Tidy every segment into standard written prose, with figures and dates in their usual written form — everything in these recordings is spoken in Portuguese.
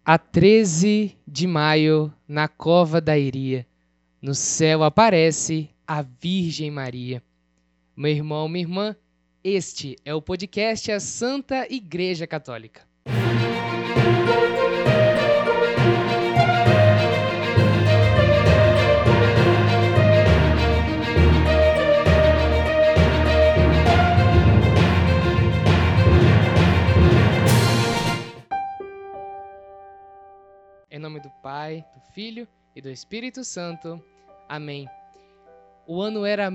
A 13 de maio, na cova da Iria, no céu aparece a Virgem Maria. Meu irmão, minha irmã, este é o podcast A Santa Igreja Católica. Em nome do Pai, do Filho e do Espírito Santo. Amém. O ano era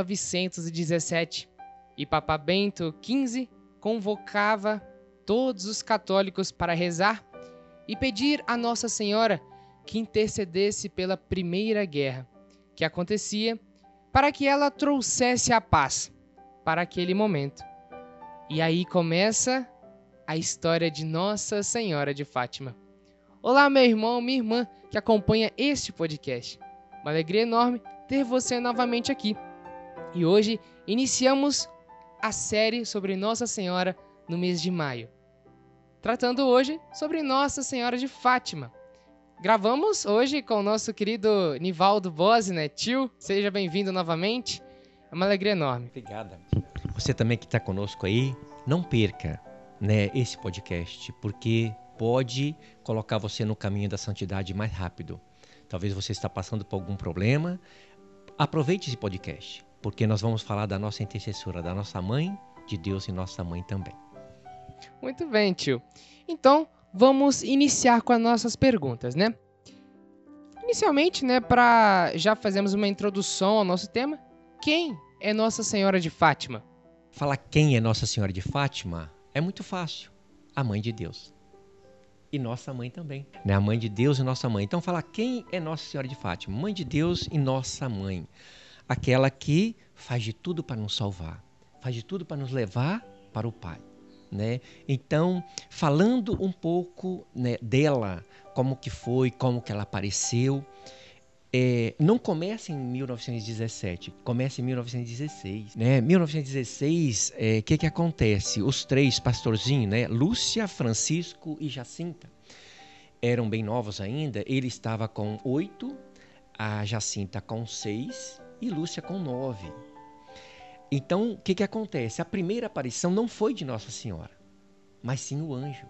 1917 e Papa Bento XV convocava todos os católicos para rezar e pedir a Nossa Senhora que intercedesse pela Primeira Guerra, que acontecia, para que ela trouxesse a paz para aquele momento. E aí começa a história de Nossa Senhora de Fátima. Olá, meu irmão, minha irmã que acompanha este podcast. Uma alegria enorme ter você novamente aqui. E hoje iniciamos a série sobre Nossa Senhora no mês de maio. Tratando hoje sobre Nossa Senhora de Fátima. Gravamos hoje com o nosso querido Nivaldo Bose, né, tio? Seja bem-vindo novamente. É uma alegria enorme. Obrigada. Você também que está conosco aí, não perca, né, esse podcast, porque pode colocar você no caminho da santidade mais rápido. Talvez você está passando por algum problema. Aproveite esse podcast, porque nós vamos falar da nossa intercessora, da nossa mãe de Deus e nossa mãe também. Muito bem, tio. Então, vamos iniciar com as nossas perguntas, né? Inicialmente, né, para já fazermos uma introdução ao nosso tema, quem é Nossa Senhora de Fátima? Falar quem é Nossa Senhora de Fátima é muito fácil. A mãe de Deus. E nossa mãe também, né? A mãe de Deus e nossa mãe. Então, falar quem é Nossa Senhora de Fátima? Mãe de Deus e nossa mãe. Aquela que faz de tudo para nos salvar, faz de tudo para nos levar para o Pai, né? Então, falando um pouco, né, dela, como que foi, como que ela apareceu, não começa em 1917, começa em 1916, né? 1916, que acontece? Os três pastorzinhos, né? Lúcia, Francisco e Jacinta, eram bem novos ainda. Ele estava com 8, a Jacinta com 6 e Lúcia com 9. Então, o que acontece? A primeira aparição não foi de Nossa Senhora, mas sim o anjo.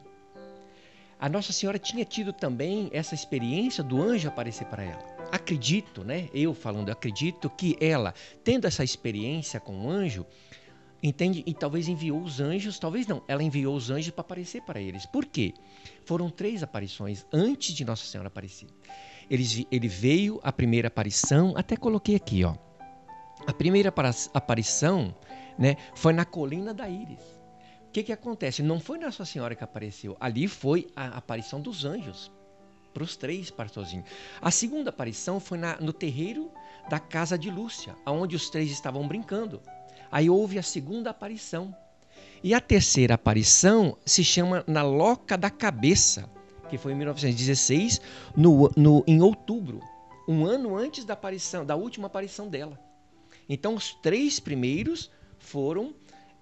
A Nossa Senhora tinha tido também essa experiência do anjo aparecer para ela. Acredito, né? Eu falando, acredito que ela, tendo essa experiência com o anjo, entende? E talvez enviou os anjos, talvez não, ela enviou os anjos para aparecer para eles. Por quê? Foram 3 aparições antes de Nossa Senhora aparecer. Ele veio, a primeira aparição, até coloquei aqui, ó. A primeira aparição, né, foi na colina da Íris. O que acontece? Não foi Nossa Senhora que apareceu, ali foi a aparição dos anjos, para os 3 pastorzinhos. A segunda aparição foi no terreiro da casa de Lúcia, onde os 3 estavam brincando. Aí houve a segunda aparição. E a terceira aparição se chama na Loca da Cabeça, que foi em 1916, em outubro, um ano antes da última aparição dela. Então os 3 primeiros foram...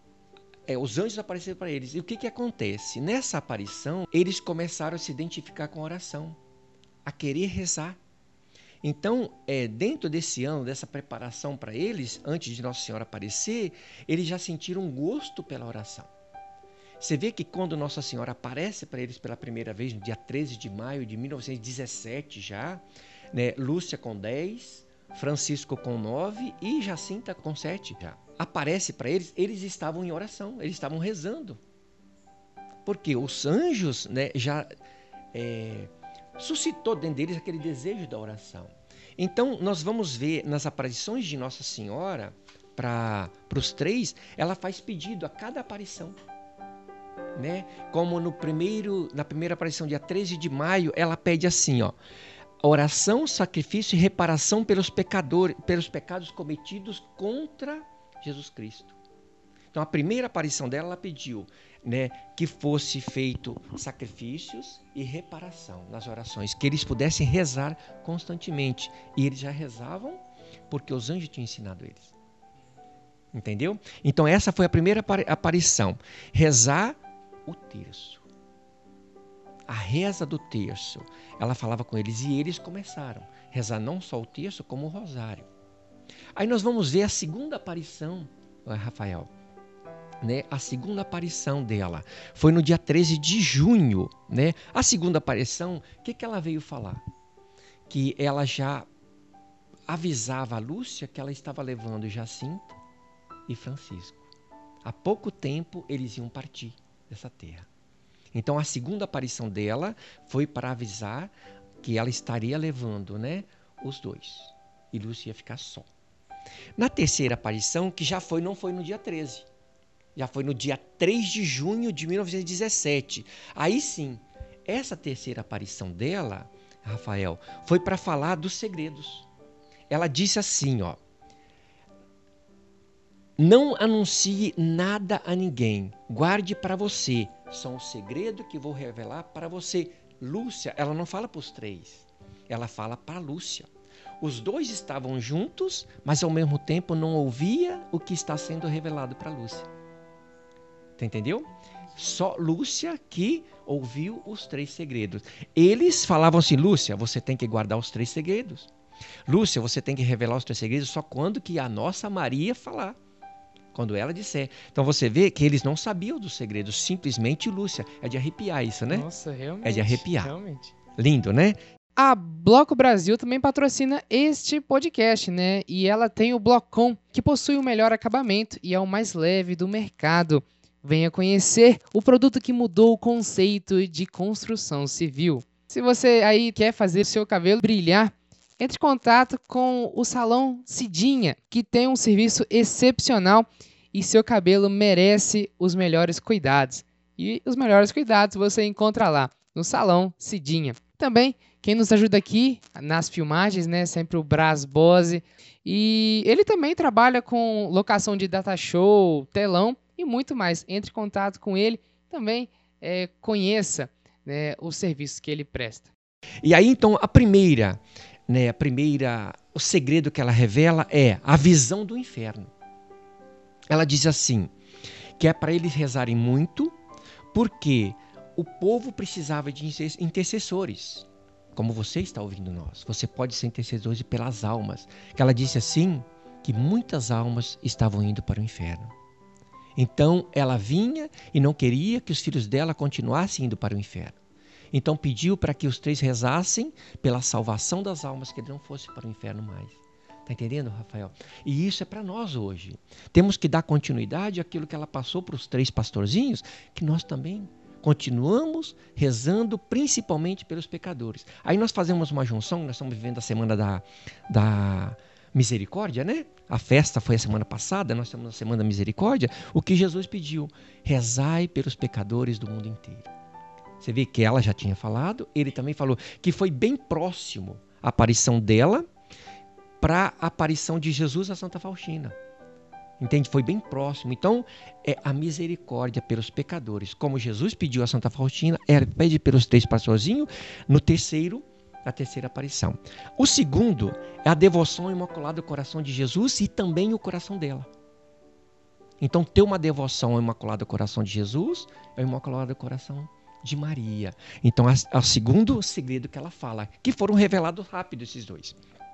os anjos apareceram para eles. E o que acontece? Nessa aparição, eles começaram a se identificar com a oração, a querer rezar. Então, dentro desse ano, dessa preparação para eles, antes de Nossa Senhora aparecer, eles já sentiram um gosto pela oração. Você vê que quando Nossa Senhora aparece para eles pela primeira vez, no dia 13 de maio de 1917 já, né, Lúcia com 10, Francisco com 9 e Jacinta com 7 já. Aparece para eles, eles estavam em oração, eles estavam rezando. Porque os anjos, né, já suscitou dentro deles aquele desejo da oração. Então, nós vamos ver nas aparições de Nossa Senhora, para os 3, ela faz pedido a cada aparição. Né? Como na primeira aparição, dia 13 de maio, ela pede assim, ó, oração, sacrifício e reparação pelos pecados cometidos contra Jesus Cristo. Então, a primeira aparição dela, ela pediu, né, que fosse feito sacrifícios e reparação nas orações, que eles pudessem rezar constantemente. E eles já rezavam porque os anjos tinham ensinado eles. Entendeu? Então, essa foi a primeira aparição. Rezar o terço. a reza do terço. Ela falava com eles e eles começaram a rezar não só o terço, como o rosário. Aí nós vamos ver a segunda aparição, Rafael. Né? A segunda aparição dela foi no dia 13 de junho. Né? A segunda aparição, o que ela veio falar? Que ela já avisava a Lúcia que ela estava levando Jacinto e Francisco. Há pouco tempo eles iam partir dessa terra. Então a segunda aparição dela foi para avisar que ela estaria levando, né, os dois. E Lúcia ia ficar só. Na terceira aparição, que já foi, não foi no dia 13. Já foi no dia 3 de junho de 1917. Aí sim, essa terceira aparição dela, Rafael, foi para falar dos segredos. Ela disse assim, ó: não anuncie nada a ninguém, guarde para você, só um segredo que vou revelar para você. Lúcia, ela não fala para os três, ela fala para Lúcia. Os dois estavam juntos, mas ao mesmo tempo não ouvia o que está sendo revelado para Lúcia. Você entendeu? Só Lúcia que ouviu os 3 segredos. Eles falavam assim: Lúcia, você tem que guardar os 3 segredos. Lúcia, você tem que revelar os 3 segredos só quando que a nossa Maria falar. Quando ela disser. Então você vê que eles não sabiam dos segredos. Simplesmente Lúcia. É de arrepiar isso, né? Nossa, realmente. É de arrepiar. Realmente. Lindo, né? A Bloco Brasil também patrocina este podcast, né? E ela tem o Blocom, que possui o melhor acabamento e é o mais leve do mercado. Venha conhecer o produto que mudou o conceito de construção civil. Se você aí quer fazer seu cabelo brilhar, entre em contato com o Salão Cidinha, que tem um serviço excepcional e seu cabelo merece os melhores cuidados. E os melhores cuidados você encontra lá, no Salão Cidinha. Também, quem nos ajuda aqui nas filmagens, né, sempre o Brás Bose. E ele também trabalha com locação de data show, telão e muito mais. Entre em contato com ele, também conheça, né, os serviços que ele presta. E aí, então, o segredo que ela revela é a visão do inferno. Ela diz assim, que é para eles rezarem muito, porque o povo precisava de intercessores. Como você está ouvindo nós, você pode ser intercessor pelas almas. Que ela disse assim, que muitas almas estavam indo para o inferno. Então, ela vinha e não queria que os filhos dela continuassem indo para o inferno. Então pediu para que os 3 rezassem pela salvação das almas, que ele não fosse para o inferno mais. Está entendendo, Rafael? E isso é para nós hoje. Temos que dar continuidade àquilo que ela passou para os 3 pastorzinhos, que nós também continuamos rezando principalmente pelos pecadores. Aí nós fazemos uma junção, nós estamos vivendo a semana da misericórdia, né? A festa foi a semana passada, nós estamos na semana da misericórdia. O que Jesus pediu? Rezai pelos pecadores do mundo inteiro. Você vê que ela já tinha falado, ele também falou que foi bem próximo a aparição dela para a aparição de Jesus a Santa Faustina. Entende? Foi bem próximo. Então, é a misericórdia pelos pecadores. Como Jesus pediu a Santa Faustina, ela pede pelos 3 pastorzinhos, na terceira aparição. O segundo é a devoção ao Imaculado Coração de Jesus e também o coração dela. Então, ter uma devoção ao Imaculado Coração de Jesus é o Imaculado Coração de Maria. Então, é o segundo segredo que ela fala, que foram revelados rápido esses 2.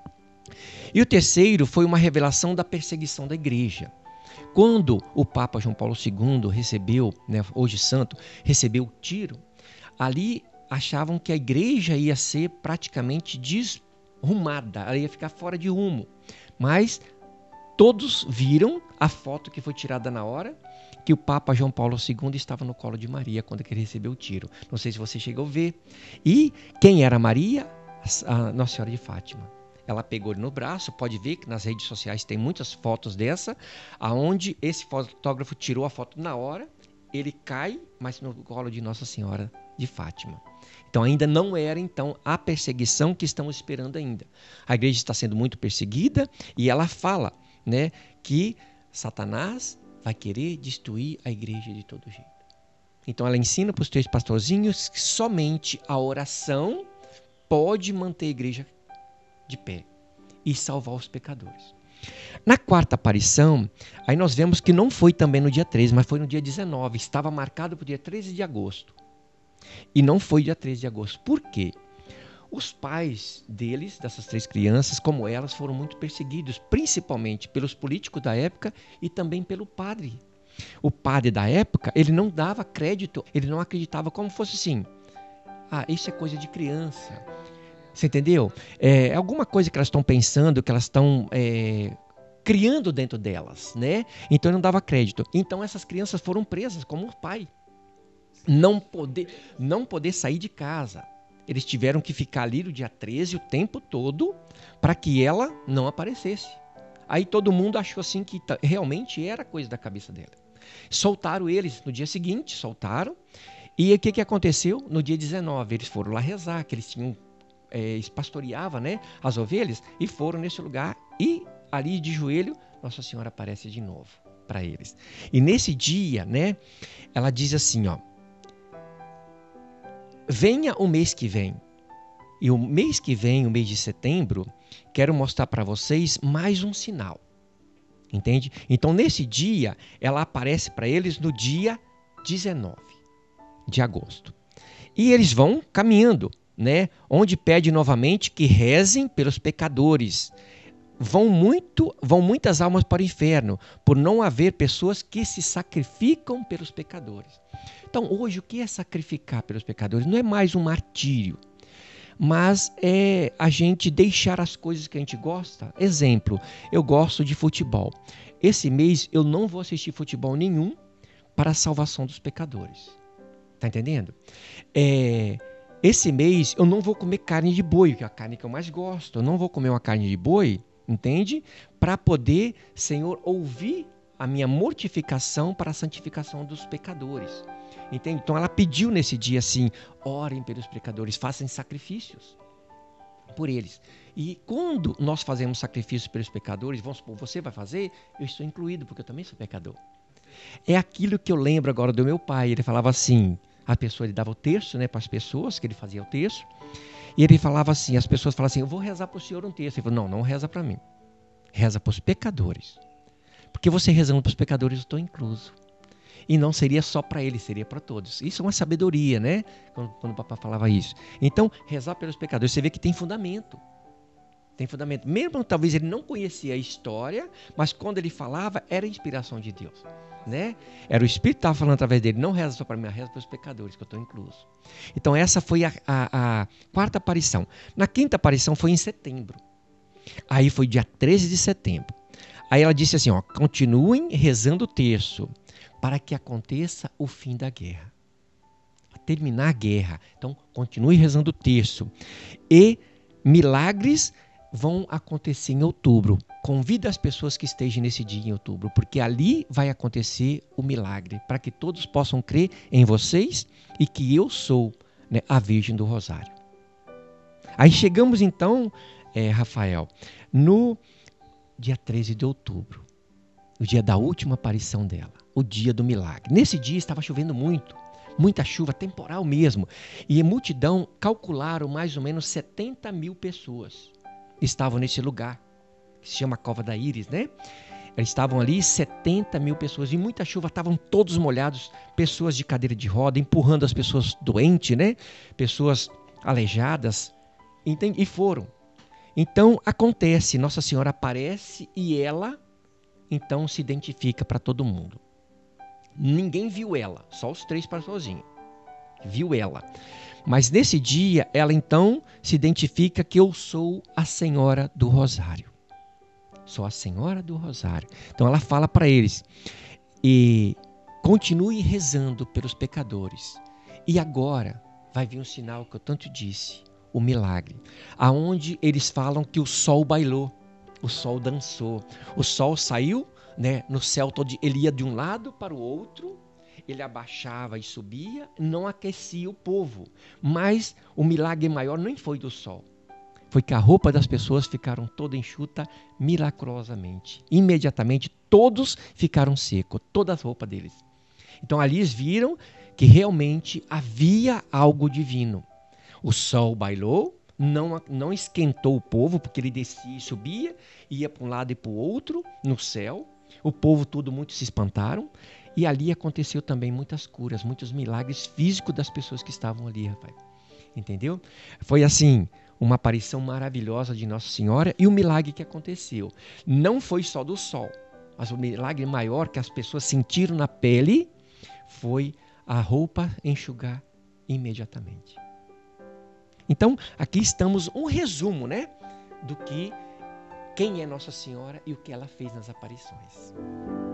E o terceiro foi uma revelação da perseguição da igreja. Quando o Papa João Paulo II recebeu, né, hoje santo, recebeu o tiro, ali achavam que a igreja ia ser praticamente desrumada, ela ia ficar fora de rumo. Mas todos viram a foto que foi tirada na hora, que o Papa João Paulo II estava no colo de Maria quando ele recebeu o tiro. Não sei se você chegou a ver. E quem era Maria? A Nossa Senhora de Fátima. Ela pegou ele no braço, pode ver que nas redes sociais tem muitas fotos dessa, aonde esse fotógrafo tirou a foto na hora, ele cai, mas no colo de Nossa Senhora de Fátima. Então ainda não era a perseguição que estamos esperando ainda. A igreja está sendo muito perseguida e ela fala, né, que Satanás vai querer destruir a igreja de todo jeito. Então ela ensina para os 3 pastorzinhos que somente a oração pode manter a igreja de pé e salvar os pecadores. Na quarta aparição, aí nós vemos que não foi também no dia 13, mas foi no dia 19, estava marcado para o dia 13 de agosto. E não foi dia 13 de agosto. Por quê? Os pais deles, dessas 3 crianças, como elas, foram muito perseguidos, principalmente pelos políticos da época e também pelo padre. O padre da época, ele não dava crédito, ele não acreditava como fosse assim. Isso é coisa de criança. Você entendeu? É alguma coisa que elas estão pensando, que elas estão criando dentro delas, né? Então ele não dava crédito. Então essas crianças foram presas como o pai. Não poder sair de casa. Eles tiveram que ficar ali no dia 13 o tempo todo para que ela não aparecesse. Aí todo mundo achou assim que realmente era coisa da cabeça dela. Soltaram eles no dia seguinte, soltaram. E o que aconteceu? No dia 19, eles foram lá rezar, que eles tinham, eles pastoreavam, né, as ovelhas, e foram nesse lugar. E ali de joelho, Nossa Senhora aparece de novo para eles. E nesse dia, né, ela diz assim, ó: venha o mês que vem. E o mês que vem, o mês de setembro, quero mostrar para vocês mais um sinal. Entende? Então, nesse dia, ela aparece para eles no dia 19 de agosto. E eles vão caminhando, né? Onde pede novamente que rezem pelos pecadores. Vão muitas almas para o inferno, por não haver pessoas que se sacrificam pelos pecadores. Então, hoje, o que é sacrificar pelos pecadores? Não é mais um martírio, mas é a gente deixar as coisas que a gente gosta. Exemplo, eu gosto de futebol. Esse mês eu não vou assistir futebol nenhum para a salvação dos pecadores. Tá entendendo? Esse mês eu não vou comer carne de boi, que é a carne que eu mais gosto. Eu não vou comer uma carne de boi, entende? Para poder, Senhor, ouvir a minha mortificação para a santificação dos pecadores. Entende? Então ela pediu nesse dia assim: orem pelos pecadores, façam sacrifícios por eles. E quando nós fazemos sacrifícios pelos pecadores, vamos supor, você vai fazer, eu estou incluído, porque eu também sou pecador. É aquilo que eu lembro agora do meu pai. Ele falava assim, ele dava o terço, né, para as pessoas, que ele fazia o terço, e ele falava assim, as pessoas falavam assim: eu vou rezar para o senhor um terço. Ele falou: não reza para mim, reza para os pecadores, porque você rezando para os pecadores eu estou incluso. E não seria só para ele, seria para todos. Isso é uma sabedoria, né? Quando o papai falava isso. Então, rezar pelos pecadores, você vê que tem fundamento. Tem fundamento. Mesmo talvez ele não conhecia a história, mas quando ele falava, era inspiração de Deus, né? Era o Espírito que estava falando através dele. Não reza só para mim, reza para os pecadores, que eu estou incluso. Então, essa foi a quarta aparição. Na quinta aparição foi em setembro. Aí foi dia 13 de setembro. Aí ela disse assim, ó: continuem rezando o terço, para que aconteça o fim da guerra. Terminar a guerra. Então, continue rezando o terço. E milagres vão acontecer em outubro. Convida as pessoas que estejam nesse dia em outubro, porque ali vai acontecer o milagre, para que todos possam crer em vocês e que eu sou, né, a Virgem do Rosário. Aí chegamos então, Rafael, no dia 13 de outubro, o dia da última aparição dela, o dia do milagre. Nesse dia estava chovendo muito, muita chuva, temporal mesmo. E a multidão, calcularam mais ou menos 70 mil pessoas estavam nesse lugar, que se chama Cova da Íris, né? Eles estavam ali, 70 mil pessoas, e muita chuva, estavam todos molhados, pessoas de cadeira de roda, empurrando as pessoas doentes, né? Pessoas aleijadas, e foram. Então acontece, Nossa Senhora aparece e ela então se identifica para todo mundo. Ninguém viu ela, só os 3 pastorzinhos viu ela. Mas nesse dia ela então se identifica que eu sou a Senhora do Rosário. Sou a Senhora do Rosário. Então ela fala para eles: e continue rezando pelos pecadores. E agora vai vir um sinal que eu tanto disse, o milagre, aonde eles falam que o sol bailou, o sol dançou, o sol saiu, né, no céu todo, ele ia de um lado para o outro, ele abaixava e subia, não aquecia o povo. Mas o milagre maior nem foi do sol, foi que a roupa das pessoas ficaram toda enxuta milagrosamente. Imediatamente todos ficaram secos, toda a roupa deles. Então ali eles viram que realmente havia algo divino. O sol bailou, não esquentou o povo, porque ele descia e subia, ia para um lado e para o outro, no céu. O povo tudo muito se espantaram. E ali aconteceu também muitas curas, muitos milagres físicos das pessoas que estavam ali, rapaz. Entendeu? Foi assim, uma aparição maravilhosa de Nossa Senhora e o milagre que aconteceu. Não foi só do sol, mas o milagre maior que as pessoas sentiram na pele foi a roupa enxugar imediatamente. Então, aqui estamos um resumo, né, do que quem é Nossa Senhora e o que ela fez nas aparições.